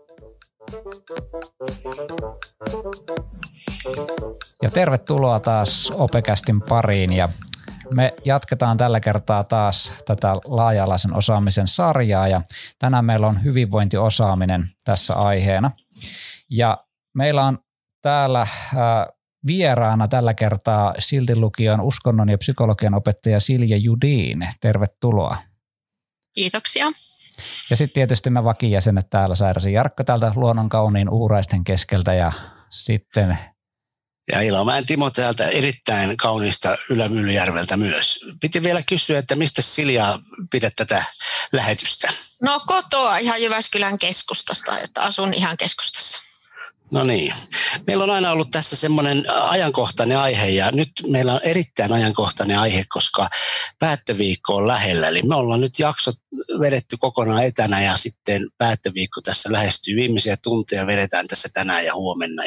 Ja tervetuloa taas Opekästin pariin ja me jatketaan tällä kertaa taas tätä laaja-alaisen osaamisen sarjaa ja tänään meillä on hyvinvointiosaaminen tässä aiheena. Ja meillä on täällä vieraana tällä kertaa Siltin lukion uskonnon ja psykologian opettaja Silja Judin. Tervetuloa. Kiitoksia. Ja sitten tietysti me vakijäsenet täällä, Sairasi Jarkko täältä luonnon kauniin uuraisten keskeltä ja sitten... Ja Ilomäen Timo täältä erittäin kauniista Ylä-Myllyjärveltä myös. Piti vielä kysyä, että mistä Silja pidät tätä lähetystä? No kotoa ihan Jyväskylän keskustasta, että asun ihan keskustassa. No niin. Meillä on aina ollut tässä semmoinen ajankohtainen aihe ja nyt meillä on erittäin ajankohtainen aihe, koska päättöviikko on lähellä. Eli me ollaan nyt jaksot vedetty kokonaan etänä ja sitten päättöviikko tässä lähestyy. Viimeisiä tunteja vedetään tässä tänään ja huomenna.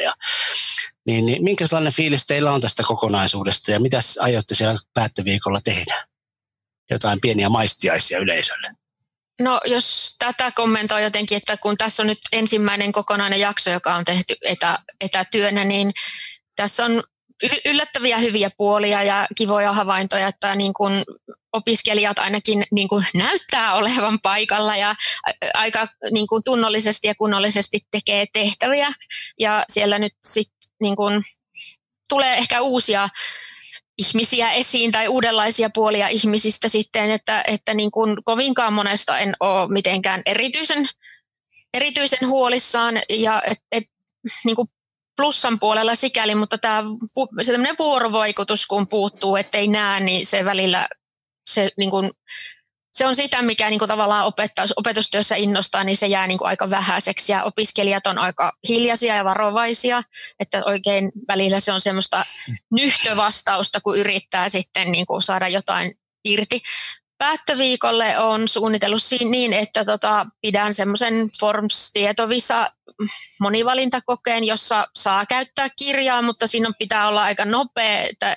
Niin minkälainen fiilis teillä on tästä kokonaisuudesta ja mitä aiotte siellä päättöviikolla tehdä? Jotain pieniä maistiaisia yleisölle. No jos tätä kommentoi jotenkin, että kun tässä on nyt ensimmäinen kokonainen jakso, joka on tehty etätyönä, niin tässä on yllättäviä hyviä puolia ja kivoja havaintoja, että niin kuin opiskelijat ainakin niin kuin näyttää olevan paikalla ja aika niin kuin tunnollisesti ja kunnollisesti tekee tehtäviä ja siellä nyt sitten niin kuin tulee ehkä uusia ihmisiä esiin tai uudenlaisia puolia ihmisistä sitten, että niin kuin kovinkaan monesta en ole mitenkään erityisen huolissaan ja niin kuin plussan puolella sikäli, mutta se tämmöinen vuorovaikutus kun puuttuu, ettei näe, niin se välillä niin kuin, se on sitä, mikä niin kuin tavallaan opetustyössä innostaa, niin se jää niin kuin aika vähäiseksi ja opiskelijat on aika hiljaisia ja varovaisia, että oikein välillä se on semmoista nyhtövastausta, kun yrittää sitten niin kuin saada jotain irti. Päättöviikolle on suunnitellut niin, että pidän semmoisen Forms-tietovisa monivalintakokeen, jossa saa käyttää kirjaa, mutta siinä pitää olla aika nopea, että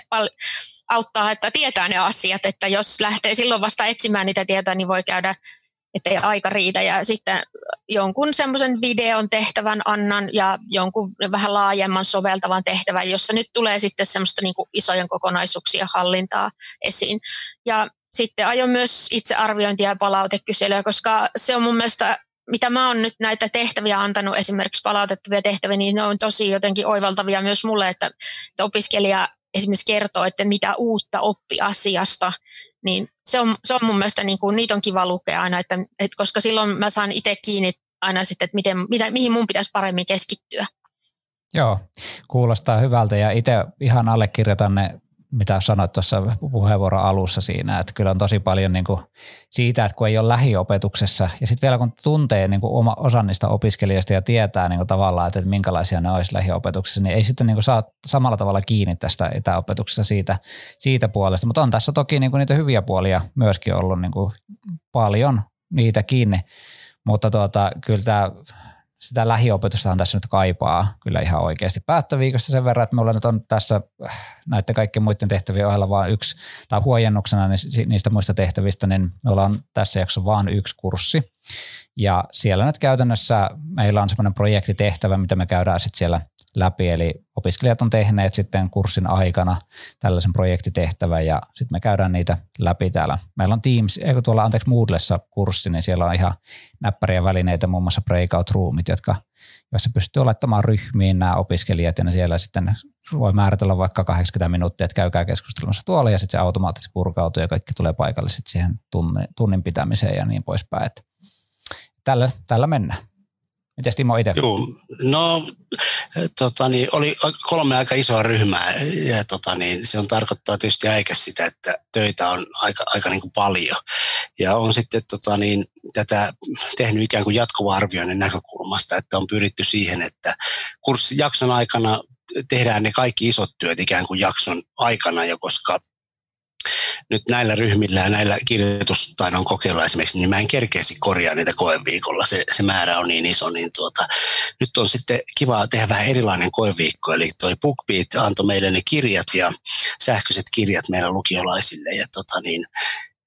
auttaa, että tietää ne asiat, että jos lähtee silloin vasta etsimään niitä tietoja, niin voi käydä, ettei aika riitä. Ja sitten jonkun semmoisen videon tehtävän annan ja jonkun vähän laajemman soveltavan tehtävän, jossa nyt tulee sitten semmoista niin kuin isojen kokonaisuuksien hallintaa esiin. Ja sitten aion myös itsearviointia ja palautekyselyä, koska se on mun mielestä, mitä mä oon nyt näitä tehtäviä antanut, esimerkiksi palautettavia tehtäviä, niin ne on tosi jotenkin oivaltavia myös mulle, että opiskelija esimerkiksi kertoo, että mitä uutta oppi asiasta, niin se on mun mielestä, niin kuin, niitä on kiva lukea aina, että koska silloin mä saan itse kiinni aina sitten, että mihin mun pitäisi paremmin keskittyä. Joo, kuulostaa hyvältä ja itse ihan allekirjoitan ne, mitä sanoit tuossa puheenvuoron alussa siinä, että kyllä on tosi paljon niin kuin siitä, että kun ei ole lähiopetuksessa ja sitten vielä kun tuntee niin kuin osan niistä opiskelijoista ja tietää niin kuin tavallaan, että minkälaisia ne olisi lähiopetuksessa, niin ei sitten niin kuin saa samalla tavalla kiinni tästä etäopetuksesta siitä puolesta, mutta on tässä toki niin kuin niitä hyviä puolia myöskin ollut niin kuin paljon niitä kiinni, mutta kyllä sitä lähiopetustahan tässä nyt kaipaa kyllä ihan oikeasti päättöviikosta sen verran, että meillä nyt on tässä näiden kaikkien muiden tehtävien ohella vain yksi, tai huojennuksena niistä muista tehtävistä, niin me ollaan tässä jaksossa vain yksi kurssi. Ja siellä nyt käytännössä meillä on semmoinen projektitehtävä, mitä me käydään sitten siellä läpi, eli opiskelijat on tehneet sitten kurssin aikana tällaisen projektitehtävän ja sitten me käydään niitä läpi täällä. Meillä on Moodlessa kurssi, niin siellä on ihan näppäriä välineitä, muun muassa breakout roomit, joissa pystyy laittamaan ryhmiin nämä opiskelijat ja ne siellä sitten voi määritellä vaikka 80 minuuttia, että käykää keskustelemassa tuolla ja sitten se automaattisesti purkautuu ja kaikki tulee paikalle sitten siihen tunnin pitämiseen ja niin poispäin. Että tällä mennään. Mites Timo itse? Joo, no oli 3 aika isoa ryhmää ja se on tarkoittaa tietysti äikäs sitä, että töitä on aika niin kuin paljon. Ja on sitten tätä tehnyt ikään kuin jatkuvan arvioinnin näkökulmasta, että on pyritty siihen, että kurssijakson aikana tehdään ne kaikki isot työt ikään kuin jakson aikana jo, koska nyt näillä ryhmillä ja näillä kirjoitustaidon kokeilla esimerkiksi, niin mä en kerkeäsi korjaa niitä koeviikolla. Se määrä on niin iso, niin nyt on sitten kiva tehdä vähän erilainen koeviikko. Eli toi BookBeat antoi meille ne kirjat ja sähköiset kirjat meidän lukiolaisille. Ja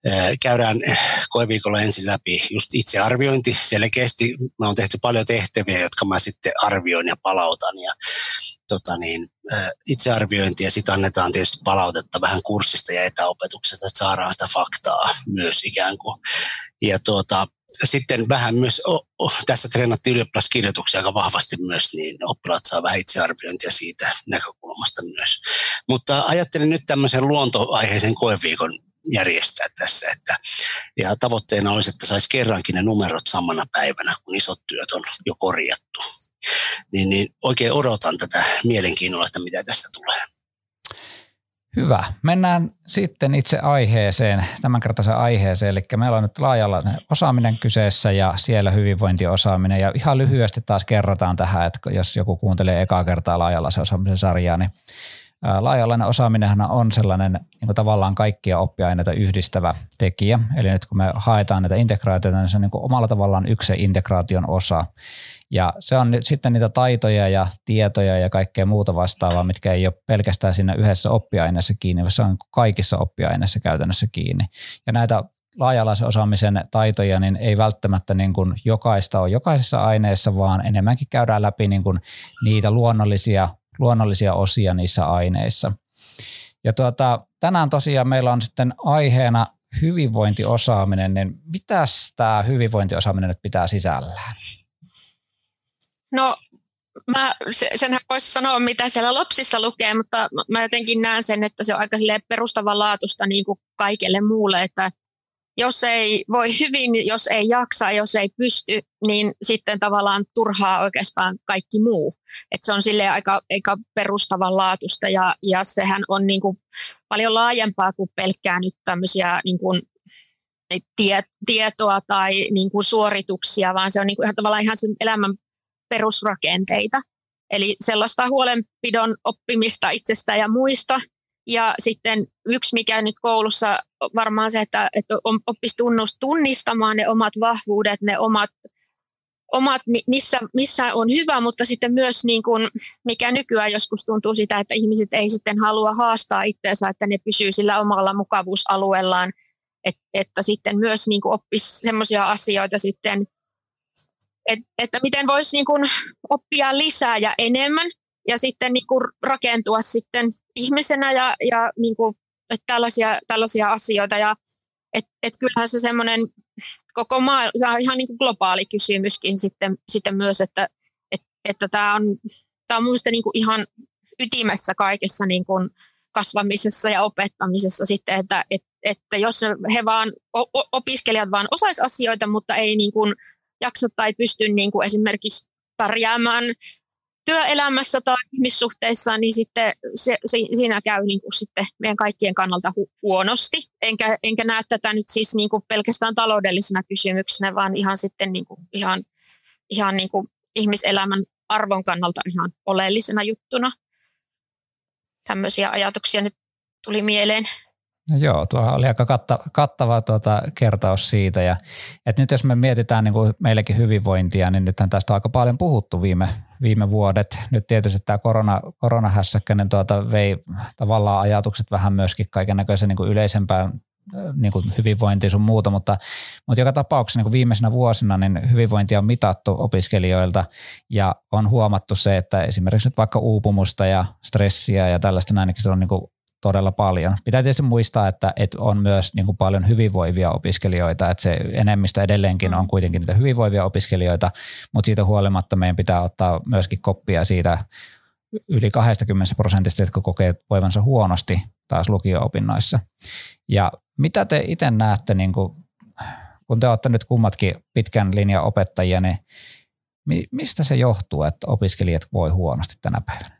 Käydään koeviikolla ensin läpi just itsearviointi selkeästi. Mä oon tehty paljon tehtäviä, jotka mä sitten arvioin ja palautan. Ja, itsearviointi ja sitten annetaan tietysti palautetta vähän kurssista ja etäopetuksesta, että saadaan sitä faktaa myös ikään kuin. Ja sitten vähän myös, tässä treenattiin ylioppilaskirjoituksia aika vahvasti myös, niin oppilaat saa vähän itsearviointia siitä näkökulmasta myös. Mutta ajattelin nyt tämmöisen luontoaiheisen koeviikon järjestää tässä, ja tavoitteena olisi, että saisi kerrankin ne numerot samana päivänä, kun isot työt on jo korjattu. Niin oikein odotan tätä mielenkiinnolla, että mitä tästä tulee. Hyvä. Mennään sitten itse aiheeseen, tämänkertaisen aiheeseen. Eli meillä on nyt laaja-alainen osaaminen kyseessä ja siellä hyvinvointiosaaminen. Ja ihan lyhyesti taas kerrotaan tähän, että jos joku kuuntelee ekaa kertaa laaja-alaisen osaamisen sarjaa, niin laaja-alainen osaaminenhan on sellainen niin kuin tavallaan kaikkia oppiaineita yhdistävä tekijä. Eli nyt kun me haetaan näitä integraatioita, niin se on niin kuin omalla tavallaan yksi integraation osa. Ja se on nyt sitten niitä taitoja ja tietoja ja kaikkea muuta vastaavaa, mitkä ei ole pelkästään siinä yhdessä oppiaineessa kiinni, vaan se on kaikissa oppiaineissa käytännössä kiinni. Ja näitä laaja-alaisen osaamisen taitoja niin ei välttämättä niin kuin jokaista ole jokaisessa aineessa, vaan enemmänkin käydään läpi niin kuin niitä luonnollisia osia niissä aineissa. Ja tänään tosiaan meillä on sitten aiheena hyvinvointiosaaminen, niin mitäs tämä hyvinvointiosaaminen nyt pitää sisällään? No, senhän voisi sanoa, mitä siellä lapsissa lukee, mutta mä jotenkin näen sen, että se on aika perustavanlaatuista niin kuin kaikelle muulle, että jos ei voi hyvin, jos ei jaksa, jos ei pysty, niin sitten tavallaan turhaa oikeastaan kaikki muu. Että se on silleen aika perustavanlaatuista ja sehän on niin kuin paljon laajempaa kuin pelkkää nyt tämmöisiä niin kuin tietoa tai niin kuin suorituksia, vaan se on niin kuin ihan sen elämän perusrakenteita. Eli sellaista huolenpidon oppimista itsestä ja muista. Ja sitten yksi, mikä nyt koulussa varmaan se, että oppisi tunnistamaan ne omat vahvuudet, ne omat missä on hyvä, mutta sitten myös niin kuin, mikä nykyään joskus tuntuu sitä, että ihmiset ei sitten halua haastaa itseensä, että ne pysyy sillä omalla mukavuusalueellaan, että sitten myös niin kuin oppisi semmoisia asioita sitten, että miten voisi niin kuin oppia lisää ja enemmän ja sitten niin kuin rakentua sitten ihmisenä ja niin kuin, tällaisia asioita. Ja kyllähän se semmoinen koko maailma, ihan niin kuin globaali kysymyskin sitten myös, että tämä on mun mielestä niin kuin ihan ytimessä kaikessa niin kuin kasvamisessa ja opettamisessa sitten, että jos he vaan, opiskelijat vaan osaisi asioita, mutta ei niin kuin jaksa tai pysty niin kuin esimerkiksi pärjäämään työelämässä tai ihmissuhteissa, niin sitten siinä käy niin kuin sitten meidän kaikkien kannalta huonosti. Enkä näe tätä nyt siis niin kuin pelkästään taloudellisena kysymyksenä, vaan ihan sitten niin kuin ihan niin kuin ihmiselämän arvon kannalta ihan oleellisena juttuna. Tämmöisiä ajatuksia nyt tuli mieleen. No joo, tuo oli aika kattava kertaus siitä. Ja, että nyt jos me mietitään niin kuin meillekin hyvinvointia, niin nythän tästä on aika paljon puhuttu viime vuodet. Nyt tietysti tämä koronahässäkkä niin vei tavallaan ajatukset vähän myöskin kaikennäköisen niin kuin yleisempään niin kuin hyvinvointiin sun muuta, mutta joka tapauksessa niin kuin viimeisenä vuosina niin hyvinvointia on mitattu opiskelijoilta ja on huomattu se, että esimerkiksi nyt vaikka uupumusta ja stressiä ja tällaista näin, niin se on niin kuin todella paljon. Pitää tietysti muistaa, että on myös niin kuin paljon hyvinvoivia opiskelijoita, että se enemmistö edelleenkin on kuitenkin niitä hyvinvoivia opiskelijoita, mutta siitä huolimatta meidän pitää ottaa myöskin koppia siitä yli 20%, jotka kokee voivansa huonosti taas lukio-opinnoissa. Ja mitä te itse näette, niin kun te olette nyt kummatkin pitkän linjan opettajia, niin mistä se johtuu, että opiskelijat voi huonosti tänä päivänä?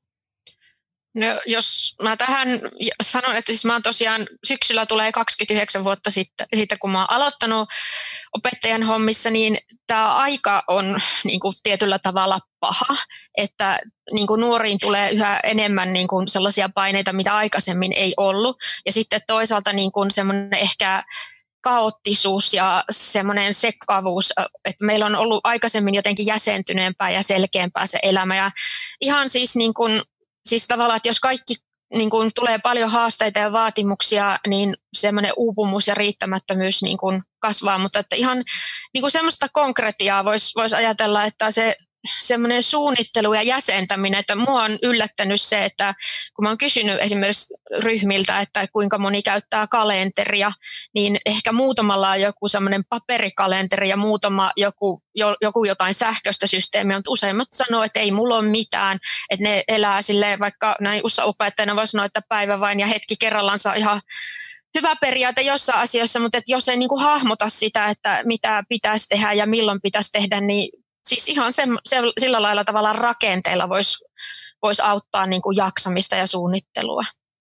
No, jos mä tähän sanon, että siis mä oon tosiaan syksyllä tulee 29 vuotta siitä, kun mä oon aloittanut opettajan hommissa, niin tämä aika on niin kuin tietyllä tavalla paha, että niin kuin nuoriin tulee yhä enemmän niin kuin sellaisia paineita, mitä aikaisemmin ei ollut. Ja sitten toisaalta niin kuin semmoinen ehkä kaoottisuus ja semmoinen sekavuus, että meillä on ollut aikaisemmin jotenkin jäsentyneempää ja selkeämpää se elämä. Ja ihan siis niin kuin siis tavallaan, että jos kaikki niin kun tulee paljon haasteita ja vaatimuksia, niin semmoinen uupumus ja riittämättömyys niin kun kasvaa, mutta että ihan niin kun semmoista konkretiaa voisi ajatella, että se semmoinen suunnittelu ja jäsentäminen, että mua on yllättänyt se, että kun mä oon kysynyt esimerkiksi ryhmiltä, että kuinka moni käyttää kalenteria, niin ehkä muutamalla on joku semmoinen paperikalenteri ja muutama joku jotain sähköistä systeemiä, mutta useimmat sanoo, että ei mulla ole mitään, että ne elää silleen, vaikka näin opettajana voi sanoa, että päivä vain ja hetki kerrallaan saa ihan hyvä periaate jossain asioissa, mutta että jos ei niin kuin hahmota sitä, että mitä pitäisi tehdä ja milloin pitäisi tehdä, niin siis ihan sillä lailla tavallaan rakenteilla voisi auttaa niin kuin jaksamista ja suunnittelua.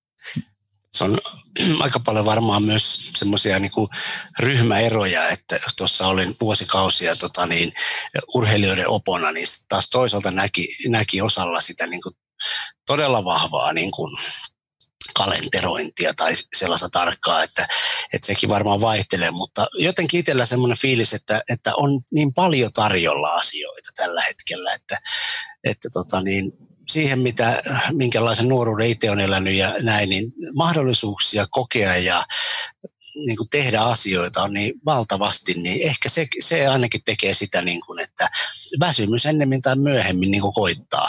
Se on aika paljon varmaan myös semmoisia niin kuin ryhmäeroja, että tuossa olin vuosikausia urheilijoiden opona, niin taas toisaalta näki osalla sitä niin kuin todella vahvaa niin kuin kalenterointia tai sellaista tarkkaa, että sekin varmaan vaihtelee, mutta jotenkin itsellä semmoinen fiilis, että on niin paljon tarjolla asioita tällä hetkellä, että siihen, minkälaisen nuoruuden itse on elänyt ja näin, niin mahdollisuuksia kokea ja niin kuin tehdä asioita on niin valtavasti, niin ehkä se ainakin tekee sitä, niin kuin, että väsymys ennemmin tai myöhemmin niin kuin koittaa,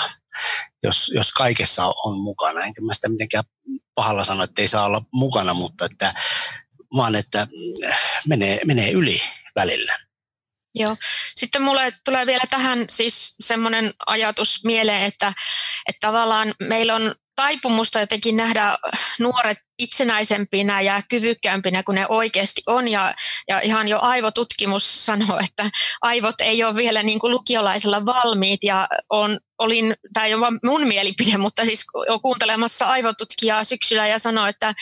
jos kaikessa on mukana. Enkä mä sitä mitenkään pahalla sano, että ei saa olla mukana, mutta vaan että menee yli välillä. Joo. Sitten mulle tulee vielä tähän siis semmoinen ajatus mieleen, että tavallaan meillä on taipumusta jotenkin nähdä nuoret itsenäisempinä ja kyvykkäämpinä kuin ne oikeasti on. Ja ihan jo aivotutkimus sanoo, että aivot ei ole vielä niin kuin lukiolaisella valmiit. Ja tämä ei ole vain mun mielipide, mutta siis olen kuuntelemassa aivotutkijaa syksyllä ja sanoi, että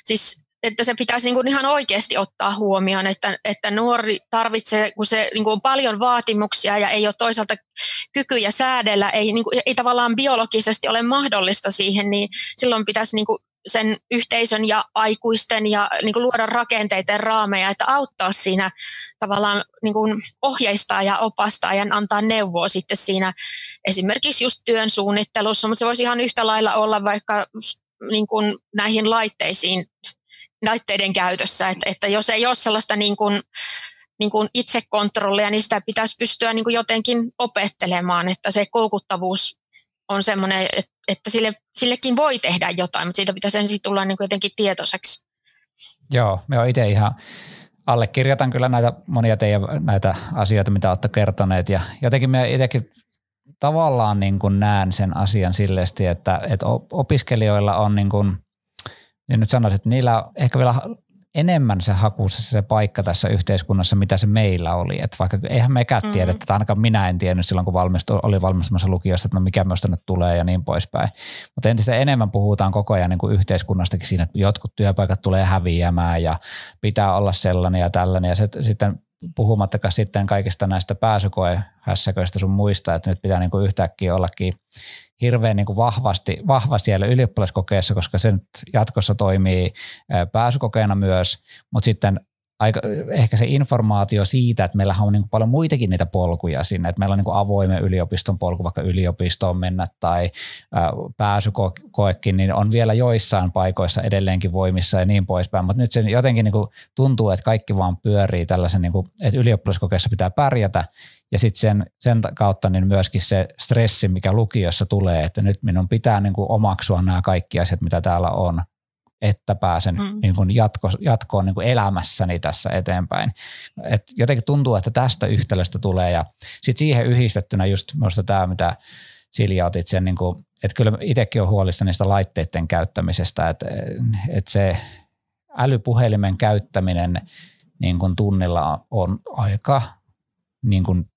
se pitäisi niin kuin ihan oikeasti ottaa huomioon, että nuori tarvitsee, kun se niin kuin on paljon vaatimuksia ja ei ole toisaalta kykyjä säädellä, ei tavallaan biologisesti ole mahdollista siihen, niin silloin pitäisi niin kuin sen yhteisön ja aikuisten ja niin kuin luoda rakenteita ja raameja, että auttaa siinä tavallaan niin kuin ohjeistaa ja opastaa ja antaa neuvoa sitten siinä esimerkiksi just työn suunnittelussa, mutta se voisi ihan yhtä lailla olla vaikka niin kuin näihin laitteiden käytössä, että jos ei ole sellaista niin kuin itsekontrollia, niin sitä pitäisi pystyä niin kuin jotenkin opettelemaan, että se koukuttavuus on semmoinen, että sillekin voi tehdä jotain, mutta siitä pitäisi ensin tulla niin kuin jotenkin tietoiseksi. Joo, me on itse ihan allekirjoitan kyllä näitä monia teidän näitä asioita, mitä olette kertoneet ja jotenkin me itsekin tavallaan niin kuin näen sen asian silleesti, että opiskelijoilla on niin kuin niin nyt sanoisin, että niillä on ehkä vielä enemmän se hakussa se paikka tässä yhteiskunnassa, mitä se meillä oli. Että vaikka eihän mekään tiedä, että ainakaan minä en tiennyt silloin, kun oli valmistumassa lukiosta, että mikä minusta nyt tulee ja niin poispäin. Mutta entistä enemmän puhutaan koko ajan niin kuin yhteiskunnastakin siinä, että jotkut työpaikat tulee häviämään ja pitää olla sellainen ja tällainen. Ja sitten puhumattakaan sitten kaikista näistä pääsykoehässäköistä sun muista, että nyt pitää niin kuin yhtäkkiä ollakin hirveän niin kuin vahva siellä ylioppilaskokeessa, koska se nyt jatkossa toimii pääsykokeena myös, mutta sitten ehkä se informaatio siitä, että meillä on niin kuin paljon muitakin niitä polkuja sinne, että meillä on niin kuin avoimen yliopiston polku, vaikka yliopistoon mennä tai pääsykoekin, niin on vielä joissain paikoissa edelleenkin voimissa ja niin poispäin, mutta nyt se jotenkin niin kuin tuntuu, että kaikki vaan pyörii tällaisen, niin kuin, että ylioppilaskokeessa pitää pärjätä ja sitten sen kautta niin myöskin se stressi, mikä lukiossa tulee, että nyt minun pitää niin kuin omaksua nämä kaikki asiat, mitä täällä on, että pääsen niin kuin jatkoon niin kuin elämässäni tässä eteenpäin. Et jotenkin tuntuu, että tästä yhtälöstä tulee ja sitten siihen yhdistettynä just minusta tämä, mitä Silja otit sen, niin kuin, että kyllä itsekin olen huolista niistä laitteiden käyttämisestä, että se älypuhelimen käyttäminen niin kuin tunnilla on aika niin kuin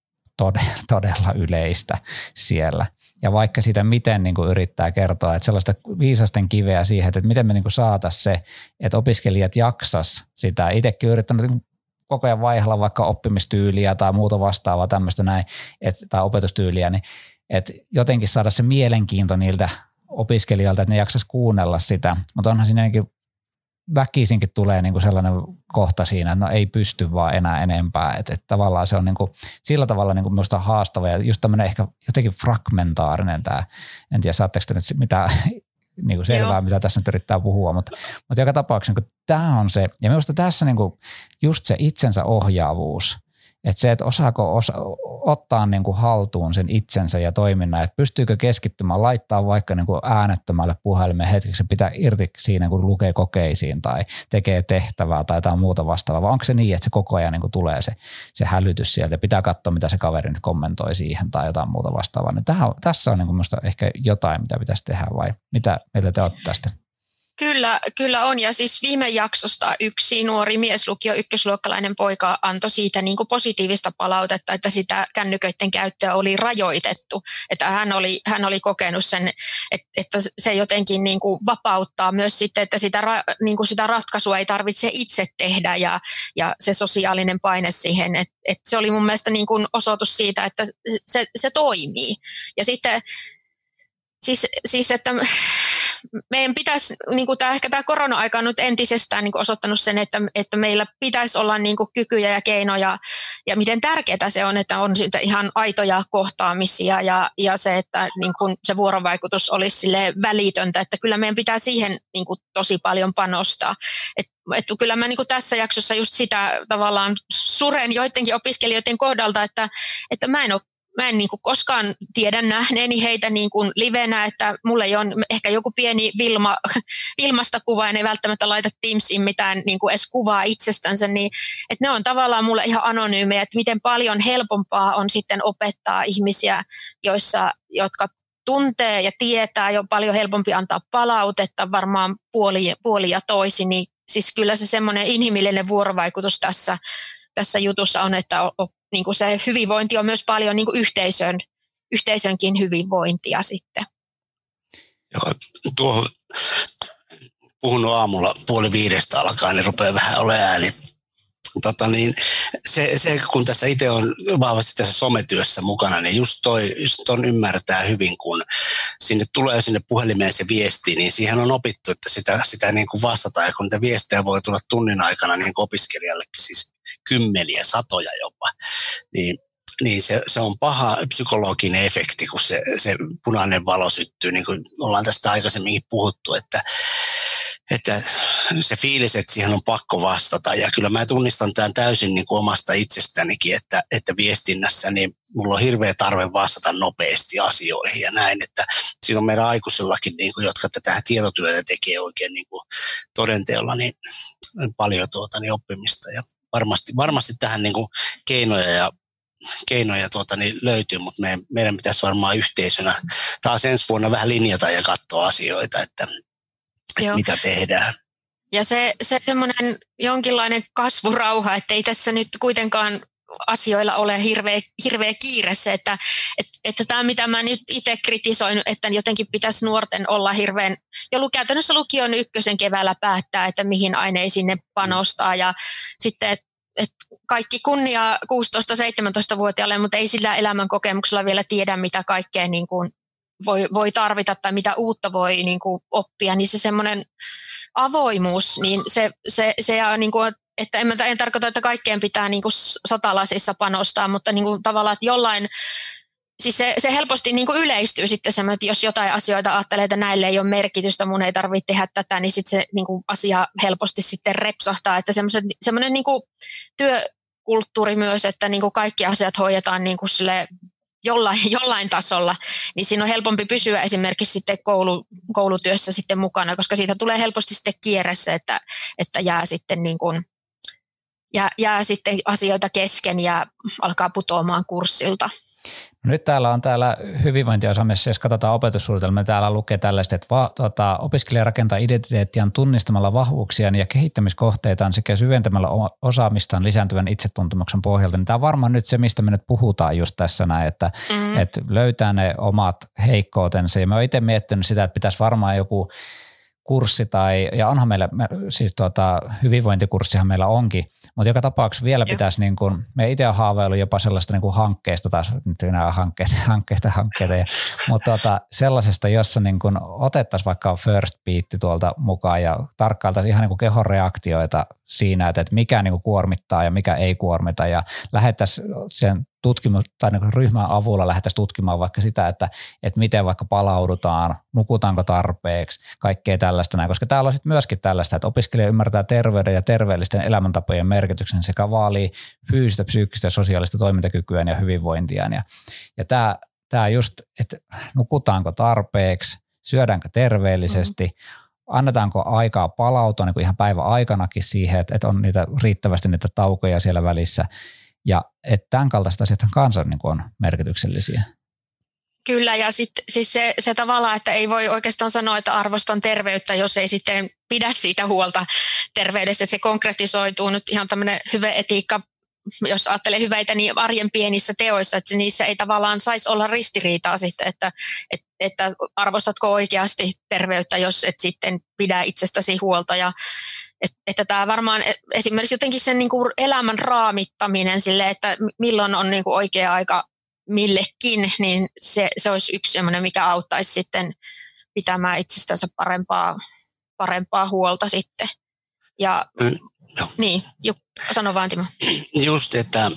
todella yleistä siellä. Ja vaikka sitä miten niin kuin yrittää kertoa, että sellaista viisasten kiveä siihen, että miten me niin kuin saataisiin se, että opiskelijat jaksas sitä. Itsekin yrittänyt koko ajan vaihella vaikka oppimistyyliä tai muuta vastaavaa tämmöistä näin, tai opetustyyliä, niin että jotenkin saada se mielenkiinto niiltä opiskelijoilta, että ne jaksas kuunnella sitä. Mutta onhan siinäkin väkisinkin tulee niinku sellainen kohta siinä, että no ei pysty vaan enää enempää. Että tavallaan se on niinku sillä tavalla niinku minusta haastava ja just tämmöinen ehkä jotenkin fragmentaarinen tämä. En tiedä, saatteko te nyt mitä niin kuin selvää, mitä tässä nyt yrittää puhua, mutta joka tapauksessa niin tämä on se, ja minusta tässä niin kuin just se itsensä ohjaavuus, että se, että osaako ottaa niin kuin haltuun sen itsensä ja toiminnan, että pystyykö keskittymään, laittaa vaikka niin kuin äänettömälle puhelimeen hetkeksi, pitää irti siinä, kun lukee kokeisiin tai tekee tehtävää tai jotain muuta vastaavaa, vai onko se niin, että se koko ajan niin kuin tulee se hälytys sieltä ja pitää katsoa, mitä se kaveri nyt kommentoi siihen tai jotain muuta vastaavaa. Niin tässä on niin kuin minusta ehkä jotain, mitä pitäisi tehdä, vai mitä mieltä te olette tästä? Kyllä on, ja siis viime jaksosta yksi nuori mies, lukio ykkösluokkalainen poika, antoi siitä niin kuin positiivista palautetta, että sitä kännyköiden käyttöä oli rajoitettu, että hän oli kokenut sen, että se jotenkin niin kuin vapauttaa myös sitten, että niin kuin sitä ratkaisua ei tarvitse itse tehdä ja se sosiaalinen paine siihen, että se oli mun mielestä niin kuin osoitus siitä, että se toimii. Ja sitten siis että meidän pitäisi, niin kuin tämä korona-aika on nyt entisestään niin kuin osoittanut sen, että meillä pitäisi olla niin kuin kykyjä ja keinoja, ja miten tärkeää se on, että on ihan aitoja kohtaamisia, ja se, että niin kuin se vuorovaikutus olisi sille välitöntä, että kyllä meidän pitää siihen niin kuin tosi paljon panostaa. Että kyllä mä niin kuin tässä jaksossa just sitä tavallaan suren joidenkin opiskelijoiden kohdalta, että mä en niin kuin koskaan tiedä nähneeni heitä niin kuin livenä, että mulla ei ole ehkä joku pieni Vilmasta kuva ja ne välttämättä laita Teamsiin mitään niin kuin edes kuvaa itsestänsä, niin että ne on tavallaan mulle ihan anonyymejä, että miten paljon helpompaa on sitten opettaa ihmisiä, jotka tuntee ja tietää, jo paljon helpompi antaa palautetta varmaan puoli ja toisin, niin siis kyllä se semmoinen inhimillinen vuorovaikutus tässä jutussa on, että niin kuin se hyvinvointi on myös paljon niin kuin yhteisönkin hyvinvointia sitten. Joo, tuohon puhunut aamulla 4:30 alkaen, niin rupeaa vähän olemaan ääni. Se, kun tässä itse on vahvasti tässä sometyössä mukana, niin just ton ymmärtää hyvin, kun sinne tulee sinne puhelimeen se viesti, niin siihen on opittu, että sitä niin kuin vastataan, ja kun niitä viestejä voi tulla tunnin aikana niin kuin opiskelijallekin, siis kymmeniä, satoja jopa, niin se on paha psykologinen efekti, kun se punainen valo syttyy, niin kuin ollaan tästä aikaisemminkin puhuttu, että se fiilis, että siihen on pakko vastata, ja kyllä mä tunnistan tämän täysin niin kuin omasta itsestänikin, että viestinnässä niin mulla on hirveä tarve vastata nopeasti asioihin ja näin, että siinä on meidän aikuisillakin, niin kuin, jotka tätä tietotyötä tekee oikein niin kuin todenteolla, niin paljon niin oppimista, ja varmasti tähän niin kuin keinoja niin löytyy, mutta meidän pitäisi varmaan yhteisönä taas ensi vuonna vähän linjata ja katsoa asioita, että mitä tehdään. Ja se semmoinen jonkinlainen kasvurauha, että ei tässä nyt kuitenkaan asioilla ole hirveä kiire se, että tämä mitä mä nyt itse kritisoin, että jotenkin pitäisi nuorten olla hirveän, jo käytännössä lukion ykkösen keväällä päättää, että mihin aineisiin ne panostaa, ja sitten että kaikki kunnia 16-17-vuotiaille, mutta ei sillä elämän kokemuksella vielä tiedä, mitä kaikkea niin kuin voi tarvita tai mitä uutta voi niin kuin oppia, niin se semmoinen avoimuus, niin se niin kuin, että en tarkoita, että kaikkeen pitää niin kuin satalasissa panostaa, mutta niin kuin tavallaan, että jollain, siis se helposti niin kuin yleistyy sitten semmoinen, että jos jotain asioita ajattelee, että näille ei ole merkitystä, mun ei tarvitse tehdä tätä, niin sitten se niin kuin asia helposti sitten repsahtaa, että semmoinen niin kuin työkulttuuri myös, että niin kuin kaikki asiat hoidetaan niin kuin sille jollain tasolla, niin siinä on helpompi pysyä esimerkiksi sitten koulutyössä sitten mukana, koska siitä tulee helposti sitten kierressä, että jää sitten niin kuin, jää sitten asioita kesken ja alkaa putoamaan kurssilta. Nyt täällä hyvinvointiosaamisessa, jos katsotaan opetussuunnitelmaa, täällä lukee tällaista, että opiskelija rakentaa identiteettiään tunnistamalla vahvuuksiaan ja kehittämiskohteitaan sekä syventämällä osaamistaan lisääntyvän itsetuntemuksen pohjalta. Niin tämä on varmaan nyt se, mistä me nyt puhutaan just tässä näin, että löytää ne omat heikkoutensa. Ja mä oon itse miettinyt sitä, että pitäisi varmaan joku kurssi ja onhan meillä, siis hyvinvointikurssihan meillä onkin, mutta joka tapauksessa vielä pitäisi, niin kuin, me itse on haaveillut jopa sellaista niin kuin hankkeesta, taas nyt nämä hankkeita, mutta sellaisesta, jossa niin kuin otettaisiin vaikka first beat tuolta mukaan ja tarkkailtaisiin ihan niin kuin kehon reaktioita siinä, että mikä niin kuin kuormittaa ja mikä ei kuormita ja lähettäisiin sen tutkimus tai niin ryhmän avulla lähdettäisiin tutkimaan vaikka sitä, että miten vaikka palaudutaan, nukutaanko tarpeeksi, kaikkea tällaista näin, koska täällä on sitten myöskin tällaista, että opiskelija ymmärtää terveyden ja terveellisten elämäntapojen merkityksen sekä vaalii fyysistä, psyykkistä ja sosiaalista toimintakykyään ja hyvinvointiaan. Ja tämä just, että nukutaanko tarpeeksi, syödäänkö terveellisesti, annetaanko aikaa palautua niin kuin ihan päivän aikanakin siihen, että on niitä riittävästi niitä taukoja siellä välissä. Ja että tämän kaltaiset asiat kanssa niin on merkityksellisiä. Kyllä, ja sitten siis se tavallaan, että ei voi oikeastaan sanoa, että arvostan terveyttä, jos ei sitten pidä siitä huolta terveydestä. Että se konkretisoituu nyt ihan tämmöinen hyveetiikka, jos ajattelee hyveitä, niin arjen pienissä teoissa, että niissä ei tavallaan saisi olla ristiriitaa sitten, että arvostatko oikeasti terveyttä, jos et sitten pidä itsestäsi huolta. Ja että tämä varmaan esimerkiksi jotenkin sen niin kuin elämän raamittaminen sille, että milloin on niin kuin oikea aika millekin, niin se olisi yksi sellainen, mikä auttaisi sitten pitämään itsestänsä parempaa huolta sitten. Ja niin, sano vaan Timo. Just, että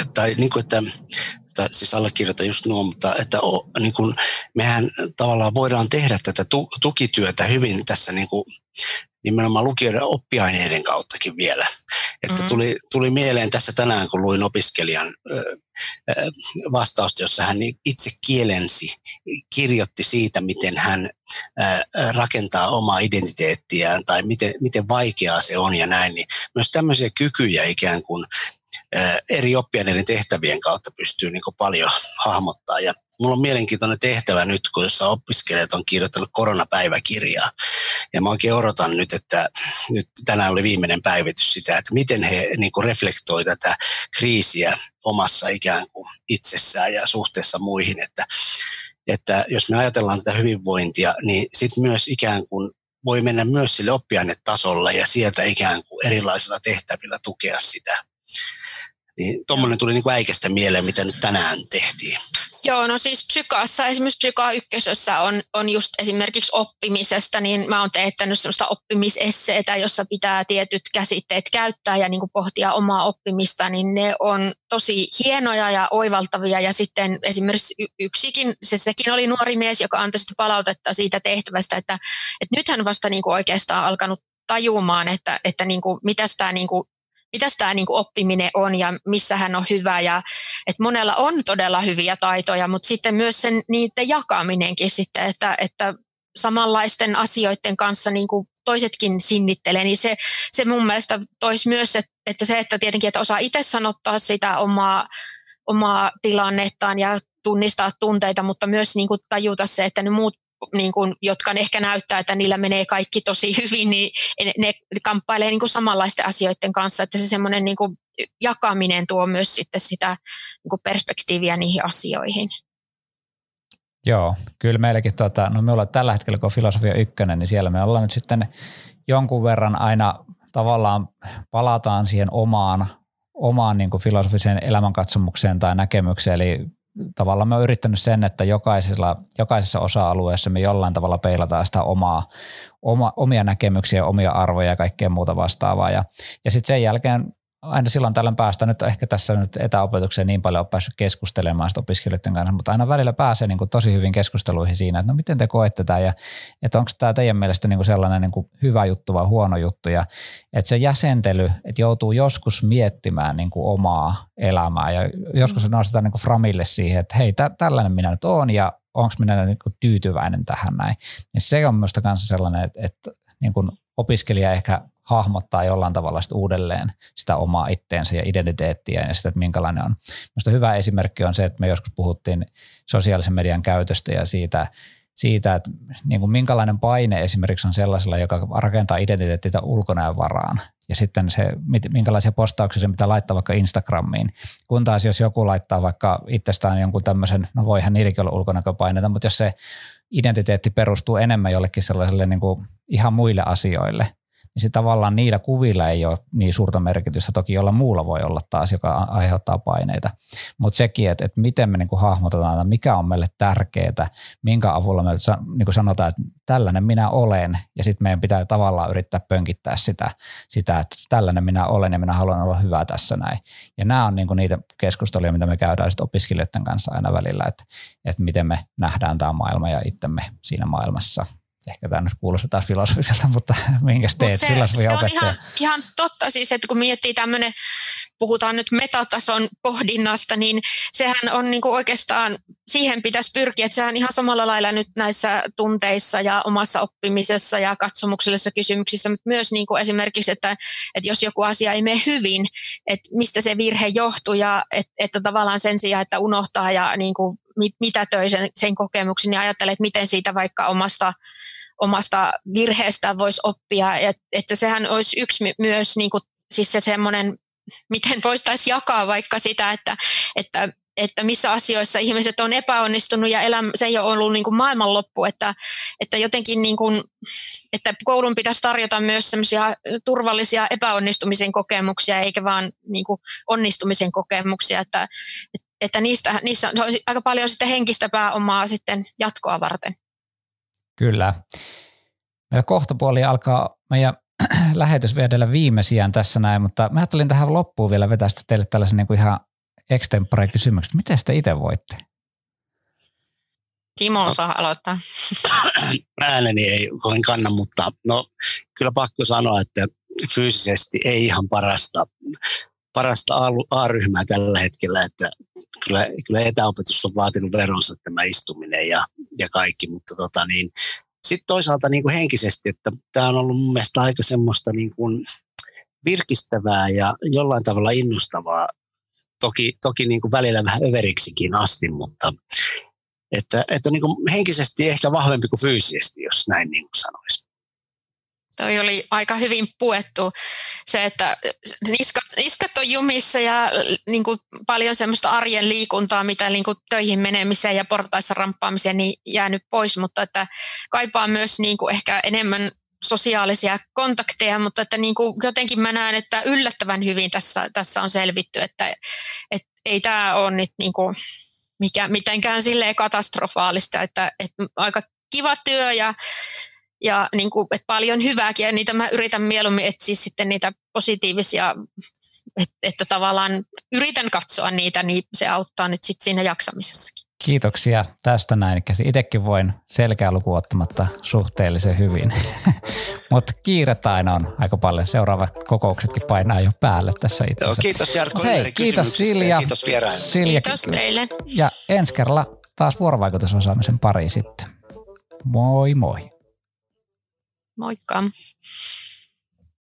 siis allekirjoitan just nuo, mutta että niin kuin, mehän tavallaan voidaan tehdä tätä tukityötä hyvin tässä niin kuin, nimenomaan lukijoiden oppiaineiden kauttakin vielä. Että tuli mieleen tässä tänään, kun luin opiskelijan vastausta, jossa hän itse kirjoitti siitä, miten hän rakentaa omaa identiteettiään tai miten vaikeaa se on ja näin. Niin myös tämmöisiä kykyjä ikään kuin eri oppiaineiden tehtävien kautta pystyy niin kuin paljon hahmottaa. Ja mulla on mielenkiintoinen tehtävä nyt, kun jossa opiskelijat on kirjoittanut koronapäiväkirjaa. Ja mä oikein odotan nyt, että nyt tänään oli viimeinen päivitys sitä, että miten he niin kuin reflektoi tätä kriisiä omassa ikään kuin itsessään ja suhteessa muihin. Että jos me ajatellaan tätä hyvinvointia, niin sitten myös ikään kuin voi mennä myös sille oppiainetasolle ja sieltä ikään kuin erilaisilla tehtävillä tukea sitä. Niin tuommoinen tuli niin kuin äikästä mieleen, mitä nyt tänään tehtiin. Joo, no siis psykaassa, esimerkiksi Psyka 1:ssä on just esimerkiksi oppimisesta, niin mä oon teettänyt sellaista oppimisesseetä, jossa pitää tietyt käsitteet käyttää ja niin kuin pohtia omaa oppimista, niin ne on tosi hienoja ja oivaltavia. Ja sitten esimerkiksi sekin oli nuori mies, joka antoi sitä palautetta siitä tehtävästä, että nythän vasta niin kuin oikeastaan alkanut tajumaan, että niin kuin, mitäs tämä niin kuin oppiminen on ja missä hän on hyvä. Ja, että monella on todella hyviä taitoja, mutta sitten myös niiden jakaminenkin sitten, että samanlaisten asioiden kanssa niin kuin toisetkin sinnittelee, niin se mun mielestä toisi myös, että tietenkin, että osaa itse sanottaa sitä omaa tilannettaan ja tunnistaa tunteita, mutta myös niin kuin tajuta se, että ne muut niin kuin, jotka ehkä näyttää, että niillä menee kaikki tosi hyvin, niin ne kamppailee niin kuin samanlaisten asioiden kanssa, että se semmoinen niin kuin jakaminen tuo myös sitten sitä niin kuin perspektiiviä niihin asioihin. Joo, kyllä meilläkin, no me ollaan tällä hetkellä, kun on filosofia 1, niin siellä me ollaan nyt sitten jonkun verran aina tavallaan palataan siihen omaan niin kuin filosofiseen elämänkatsomukseen tai näkemykseen, eli tavallaan me oon yrittänyt sen, että jokaisessa osa-alueessa me jollain tavalla peilataan sitä omia näkemyksiä, omia arvoja ja kaikkea muuta vastaavaa. Ja sitten sen jälkeen aina silloin tällöin päästään nyt ehkä tässä nyt etäopetukseen niin paljon on päässyt keskustelemaan opiskelijoiden kanssa, mutta aina välillä pääsee niin kuin tosi hyvin keskusteluihin siinä, että no miten te koette tämä ja että onko tämä teidän mielestä niin kuin sellainen niin kuin hyvä juttu vai huono juttu ja että se jäsentely, että joutuu joskus miettimään niin kuin omaa elämää ja joskus nostetaan niin kuin framille siihen, että hei tällainen minä nyt oon ja onko minä niin kuin tyytyväinen tähän näin. Ja se on minusta kanssa sellainen, että niin kuin opiskelija ehkä hahmottaa jollain tavalla uudelleen sitä omaa itteensä ja identiteettiä ja sitä, että minkälainen on. Minusta hyvä esimerkki on se, että me joskus puhuttiin sosiaalisen median käytöstä ja siitä että niin kuin minkälainen paine esimerkiksi on sellaisella, joka rakentaa identiteettiä ulkonäön varaan. Ja sitten se, minkälaisia postauksia se pitää laittaa vaikka Instagramiin. Kun taas jos joku laittaa vaikka itsestään jonkun tämmöisen, no voihan niilläkin olla ulkonäköpaineita, mutta jos se identiteetti perustuu enemmän jollekin sellaiselle niin kuin ihan muille asioille, niin se tavallaan niillä kuvilla ei ole niin suurta merkitystä. Toki jolla muulla voi olla taas, joka aiheuttaa paineita. Mutta sekin, että miten me niin kuin hahmotetaan, mikä on meille tärkeää, minkä avulla me niin kuin sanotaan, että tällainen minä olen, ja sitten meidän pitää tavallaan yrittää pönkittää sitä, että tällainen minä olen ja minä haluan olla hyvä tässä näin. Ja nämä on niin kuin niitä keskusteluja, mitä me käydään sitten opiskelijoiden kanssa aina välillä, että miten me nähdään tämä maailma ja itsemme siinä maailmassa. Ehkä tämä nyt kuulostaa taas filosofiselta, mutta minkäs teet filosofia-opettaja? Se on ihan totta siis, että kun miettii tämmöinen, puhutaan nyt metatason pohdinnasta, niin sehän on niin kuin oikeastaan, siihen pitäisi pyrkiä, että sehän ihan samalla lailla nyt näissä tunteissa ja omassa oppimisessa ja katsomuksellisissa kysymyksissä, mutta myös niin kuin esimerkiksi, että jos joku asia ei mene hyvin, että mistä se virhe johtuu ja että tavallaan sen sijaan, että unohtaa ja niin kuin mitätöi sen kokemuksen ja ajattelee, että miten siitä vaikka omasta virheestä voisi oppia, että sehän olisi yksi myös niin kuin, siis se semmoinen, miten voitaisiin jakaa vaikka sitä, että missä asioissa ihmiset on epäonnistunut ja se ei ole ollut niin kuin maailmanloppu, että jotenkin niin kuin, että koulun pitäisi tarjota myös semmoisia turvallisia epäonnistumisen kokemuksia eikä vaan niin kuin onnistumisen kokemuksia, että niissä on aika paljon sitten henkistä pääomaa sitten jatkoa varten. Kyllä. Meillä kohtapuoli alkaa meidän lähetys vielä viimeisiään tässä näin, mutta mä ajattelin tähän loppuun vielä vetää teille tällaisen niin kuin ihan extempore kysymyksen. Miten te itse voitte? Timo saa aloittaa. Ääneni ei kovin kanna, mutta no kyllä pakko sanoa, että fyysisesti ei ihan parasta A-ryhmää tällä hetkellä, että kyllä etäopetus on vaatinut veronsa tämä istuminen ja kaikki, mutta sitten toisaalta niin kuin henkisesti, että tämä on ollut mun mielestä aika semmoista niin kuin virkistävää ja jollain tavalla innostavaa, toki niin kuin välillä vähän överiksikin asti, mutta että niin kuin henkisesti ehkä vahvempi kuin fyysisesti, jos näin niin kuin sanoisi. Toi oli aika hyvin puettu se, että niskat on jumissa ja niin kuin paljon semmoista arjen liikuntaa, mitä niin kuin töihin menemiseen ja portaissa ramppaamiseen niin jäänyt pois, mutta että kaipaa myös niin kuin ehkä enemmän sosiaalisia kontakteja, mutta että niin kuin jotenkin mä näen, että yllättävän hyvin tässä on selvitty, että ei tämä ole nyt niin kuin mitenkään silleen katastrofaalista, että aika kiva työ ja niin kuin, että paljon hyvääkin, ja niitä mä yritän mieluummin etsiä sitten niitä positiivisia, että tavallaan yritän katsoa niitä, niin se auttaa nyt sitten siinä jaksamisessakin. Kiitoksia tästä näin. Itsekin voin selkeä lukuun ottamatta suhteellisen hyvin, mutta kiirettä aina on aika paljon. Seuraavat kokouksetkin painaa jo päälle tässä itse asiassa. Kiitos Jarkko. Hei, kiitos Silja. Kiitos vieraille. Kiitos teille. Ja ensi kerralla taas vuorovaikutusosaamisen pari sitten. Moi moi. Moikka.